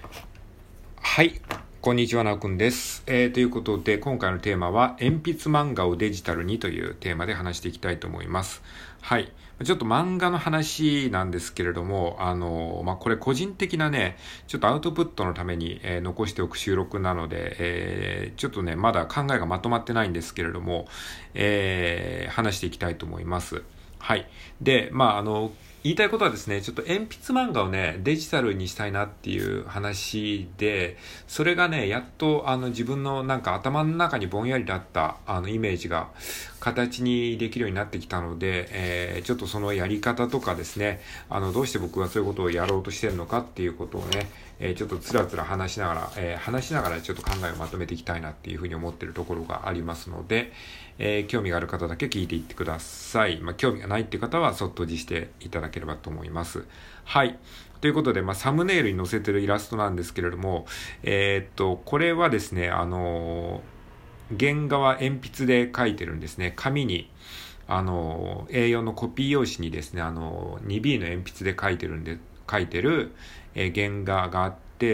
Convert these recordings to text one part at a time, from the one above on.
はい、こんにちは、なおくんです。ということで、今回のテーマは、鉛筆漫画をデジタルにというテーマで話していきたいと思います。はい。ちょっと漫画の話なんですけれども、これ個人的なね、ちょっとアウトプットのために、残しておく収録なので、ちょっとね、まだ考えがまとまってないんですけれども、話していきたいと思います。はい。で、言いたいことはですね、ちょっと鉛筆漫画をね、デジタルにしたいなっていう話で、それがね、やっと自分のなんか頭の中にぼんやりだったイメージが形にできるようになってきたので、ちょっとそのやり方とかですね、どうして僕がそういうことをやろうとしてるのかっていうことをね、ちょっとつらつら話しながらちょっと考えをまとめていきたいなっていうふうに思っているところがありますので、興味がある方だけ聞いていってください。興味がないっていう方はそっとじしていただければと思います。はい。ということで、サムネイルに載せてるイラストなんですけれども、これはですね、原画は鉛筆で描いてるんですね。紙に、A4 のコピー用紙にですね、2B の鉛筆で描いてる、原画があって、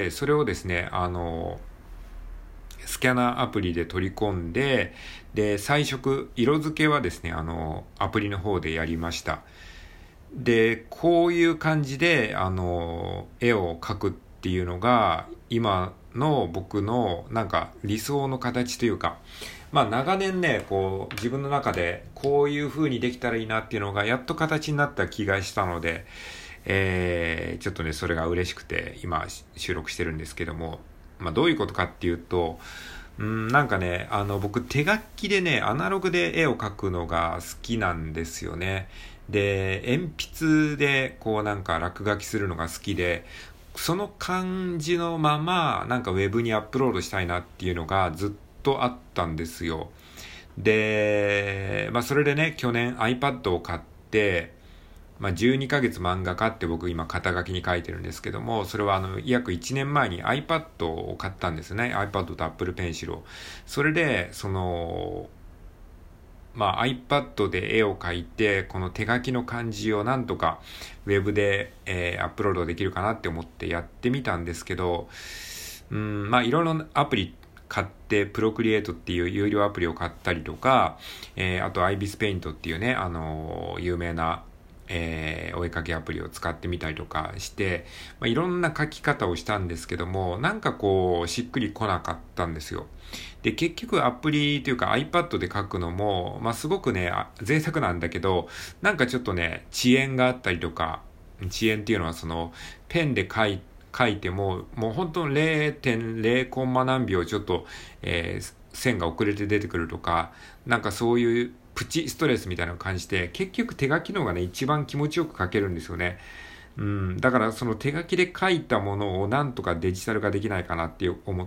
それをですね、スキャナーアプリで取り込んで、で、彩色、色付けはですね、アプリの方でやりました。で、こういう感じで、絵を描くっていうのが、今の僕のなんか理想の形というか、長年ね、こう、自分の中でこういう風にできたらいいなっていうのが、やっと形になった気がしたので、ちょっとね、それが嬉しくて、今収録してるんですけども、どういうことかっていうと、なんかね、僕手書きでね、アナログで絵を描くのが好きなんですよね。で、鉛筆でこうなんか落書きするのが好きで、その感じのままなんかウェブにアップロードしたいなっていうのがずっとあったんですよ。で、それでね、去年 iPad を買って、12ヶ月漫画家って僕今肩書きに書いてるんですけども、それは約1年前に iPad を買ったんですね。iPad と Apple Pencil を。それで、iPad で絵を描いて、この手書きの漢字をなんとかウェブで、アップロードできるかなって思ってやってみたんですけど、いろいろなアプリ買って、プロクリエイトっていう有料アプリを買ったりとか、あと IBIS Paint っていうね、有名なお絵かきアプリを使ってみたりとかして、いろんな書き方をしたんですけども、なんかこう、しっくりこなかったんですよ。で、結局アプリというか iPad で書くのも、すごくね、贅沢なんだけど、なんかちょっとね、遅延があったりとか、遅延っていうのはペンで書いても、もう本当に 0.0 コンマ何秒ちょっと、線が遅れて出てくるとか、なんかそういうプチストレスみたいなのを感じて、結局手書きの方がね、一番気持ちよく書けるんですよね。だからその手書きで書いたものをなんとかデジタル化できないかなって思って、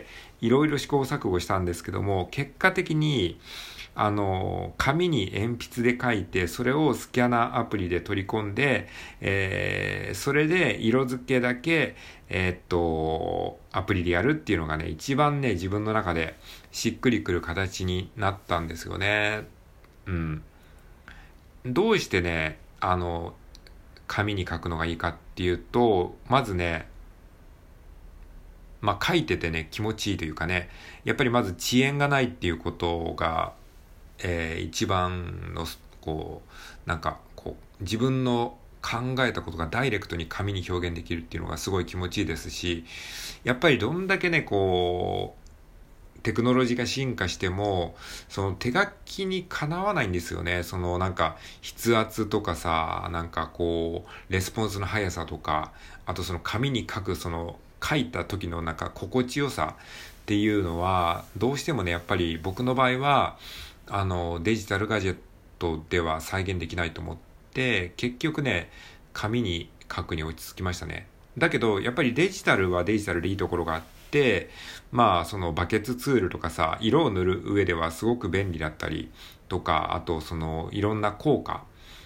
いろいろ試行錯誤したんですけども、結果的に、紙に鉛筆で書いて、それをスキャナーアプリで取り込んで、それで色付けだけ、アプリでやるっていうのがね、一番ね、自分の中でしっくりくる形になったんですよね。うん。どうしてね、紙に書くのがいいかっていうと、まずね、書いててね、気持ちいいというかね、やっぱりまず遅延がないっていうことが、一番の、自分の考えたことがダイレクトに紙に表現できるっていうのがすごい気持ちいいですし、やっぱりどんだけね、テクノロジーが進化しても、その手書きにかなわないんですよね。筆圧とかさ、レスポンスの速さとか、あとその紙に書く、書いた時の心地よさっていうのは、どうしてもね、やっぱり僕の場合は、デジタルガジェットでは再現できないと思って、結局ね、紙に書くに落ち着きましたね。だけど、やっぱりデジタルはデジタルでいいところがあって、そのバケツツールとかさ、色を塗る上ではすごく便利だったりとか、あといろんな効果、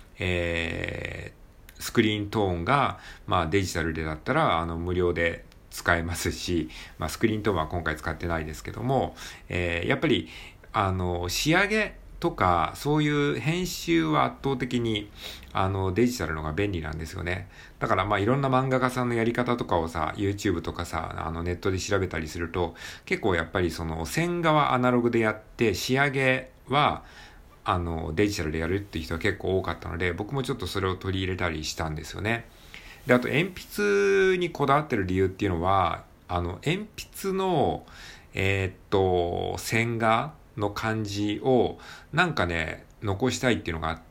スクリーントーンが、デジタルでだったら、無料で使えますし、スクリーントーンは今回使ってないですけども、やっぱり、仕上げとか、そういう編集は圧倒的にデジタルのが便利なんですよね。だからまあいろんな漫画家さんのやり方とかをさ、YouTube とかさ、ネットで調べたりすると、結構やっぱりその線画はアナログでやって、仕上げはデジタルでやるっていう人は結構多かったので、僕もちょっとそれを取り入れたりしたんですよね。で、あと鉛筆にこだわってる理由っていうのは、鉛筆の、線画の感じをなんかね、残したいっていうのがあって、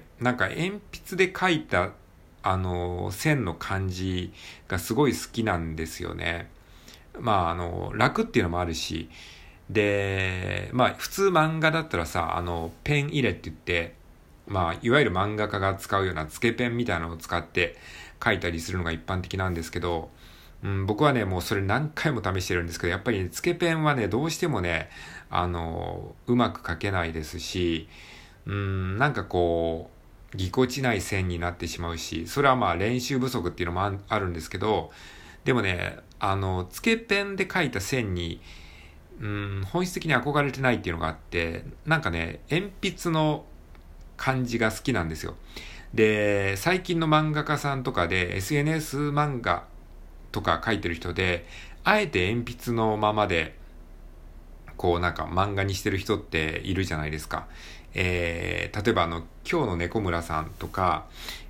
なんか鉛筆で描いた線の感じがすごい好きなんですよね。まあ楽っていうのもあるし、で、まあ普通漫画だったらさ、ペン入れって言って、まあいわゆる漫画家が使うようなつけペンみたいなのを使って描いたりするのが一般的なんですけど、僕はね、もうそれ何回も試してるんですけど、やっぱり、ね、つけペンはね、どうしてもね、うまく描けないですし、なんかこう、ぎこちない線になってしまうし、それはまあ練習不足っていうのもあるんですけど、でもね、つけペンで描いた線に、本質的に憧れてないっていうのがあって、なんかね、鉛筆の感じが好きなんですよ。で、最近の漫画家さんとかで SNS 漫画とか描いてる人で、あえて鉛筆のままで、こうなんか漫画にしてる人っているじゃないですか。例えば今日の猫村さんとか、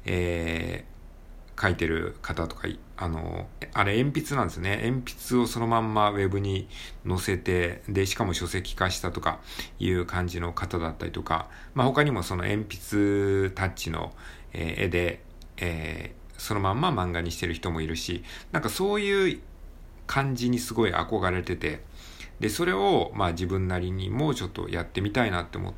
書いてる方とか、あれ鉛筆なんですよね。鉛筆をそのまんまウェブに載せて、で、しかも書籍化したとかいう感じの方だったりとか、まあ他にもその鉛筆タッチの、絵で、そのまんま漫画にしてる人もいるし、なんかそういう感じにすごい憧れてて、で、それをまあ自分なりにもうちょっとやってみたいなって思って、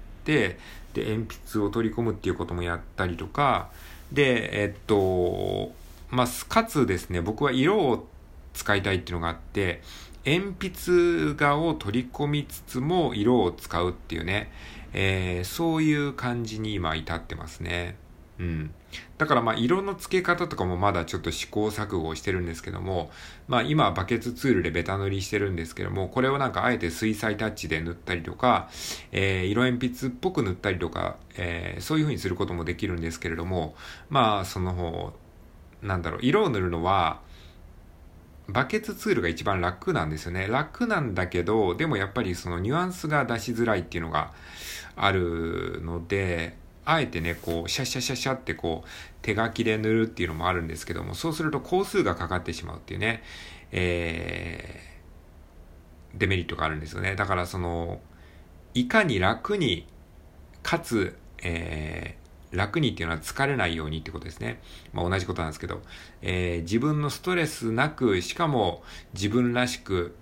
で、鉛筆を取り込むっていうこともやったりとか、で、まあ、かつですね、僕は色を使いたいっていうのがあって、鉛筆画を取り込みつつも色を使うっていうね、そういう感じに今至ってますね。だからまあ色の付け方とかもまだちょっと試行錯誤をしてるんですけども、まあ今はバケツツールでベタ塗りしてるんですけども、これをなんかあえて水彩タッチで塗ったりとか、色鉛筆っぽく塗ったりとか、そういう風にすることもできるんですけれども、まあ色を塗るのは、バケツツールが一番楽なんですよね。楽なんだけど、でもやっぱりそのニュアンスが出しづらいっていうのがあるので、あえてね、こう、シャシャシャシャってこう、手書きで塗るっていうのもあるんですけども、そうすると工数がかかってしまうっていうね、デメリットがあるんですよね。だからいかに楽に、かつ、楽にっていうのは疲れないようにってことですね。まあ同じことなんですけど、自分のストレスなく、しかも自分らしく、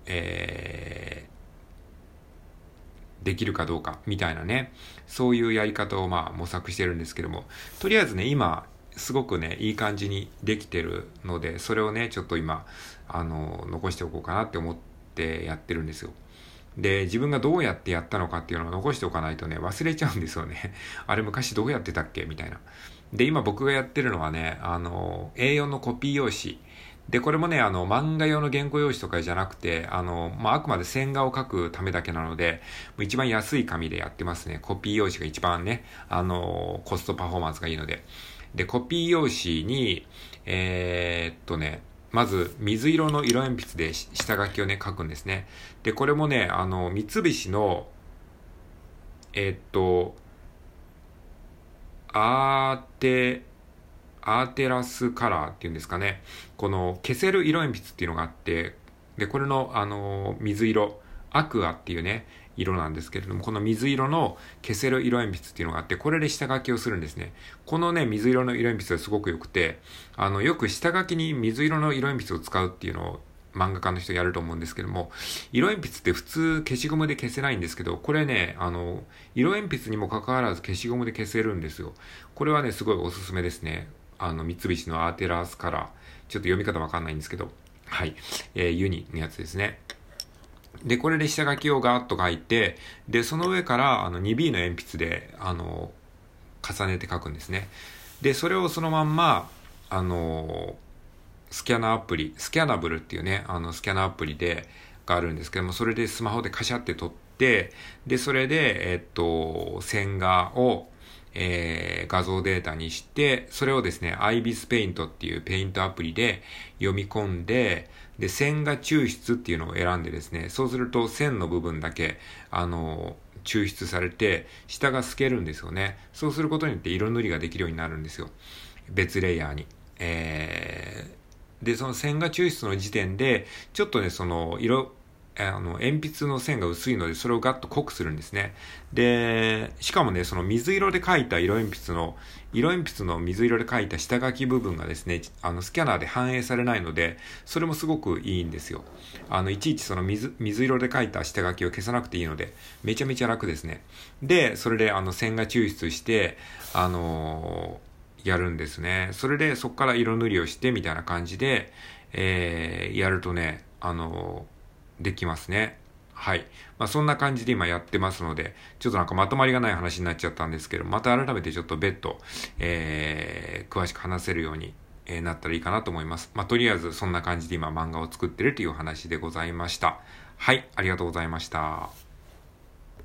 できるかどうかみたいなね、そういうやり方をまあ模索してるんですけども、とりあえずね、今すごくね、いい感じにできてるので、それをね、ちょっと今残しておこうかなって思ってやってるんですよ。で、自分がどうやってやったのかっていうのを残しておかないとね、忘れちゃうんですよね。あれ昔どうやってたっけみたいな。で、今僕がやってるのはね、A4 のコピー用紙。で、これもね、漫画用の原稿用紙とかじゃなくて、まあ、あくまで線画を描くためだけなので、一番安い紙でやってますね。コピー用紙が一番ね、コストパフォーマンスがいいので。で、コピー用紙に、まず、水色の色鉛筆で下書きをね、書くんですね。で、これもね、三菱の、アーテラスカラーっていうんですかね。この消せる色鉛筆っていうのがあって、で、これの、水色、アクアっていうね、色なんですけれども、この水色の消せる色鉛筆っていうのがあって、これで下書きをするんですね。このね、水色の色鉛筆はすごく良くて、よく下書きに水色の色鉛筆を使うっていうのを漫画家の人やると思うんですけども、色鉛筆って普通消しゴムで消せないんですけど、これね、色鉛筆にもかかわらず消しゴムで消せるんですよ。これはね、すごいおすすめですね。三菱のアーテラスカラー。ちょっと読み方わかんないんですけど、はい。ユニのやつですね。で、これで下書きをガーッと書いて、で、その上から、2B の鉛筆で、重ねて書くんですね。で、それをそのまんま、スキャナブルっていうね、スキャナアプリがあるんですけども、それでスマホでカシャって撮っ 、で、それで、線画を、画像データにして、それをですね、IBIS Paint っていうペイントアプリで読み込んで、で、線画抽出っていうのを選んでですね、そうすると線の部分だけ、抽出されて、下が透けるんですよね。そうすることによって色塗りができるようになるんですよ。別レイヤーに。で、その線画抽出の時点で、ちょっとね、その鉛筆の線が薄いので、それをガッと濃くするんですね。で、しかもね、その水色で描いた色鉛筆の水色で描いた下書き部分がですね、スキャナーで反映されないので、それもすごくいいんですよ。いちいちその水色で描いた下書きを消さなくていいので、めちゃめちゃ楽ですね。で、それで線画抽出して、やるんですね。それで、そこから色塗りをして、みたいな感じで、やるとね、できますね。はい。まあそんな感じで今やってますので、ちょっとなんかまとまりがない話になっちゃったんですけど、また改めてちょっと別途、詳しく話せるように、なったらいいかなと思います。まあとりあえずそんな感じで今漫画を作ってるという話でございました。はい、ありがとうございました。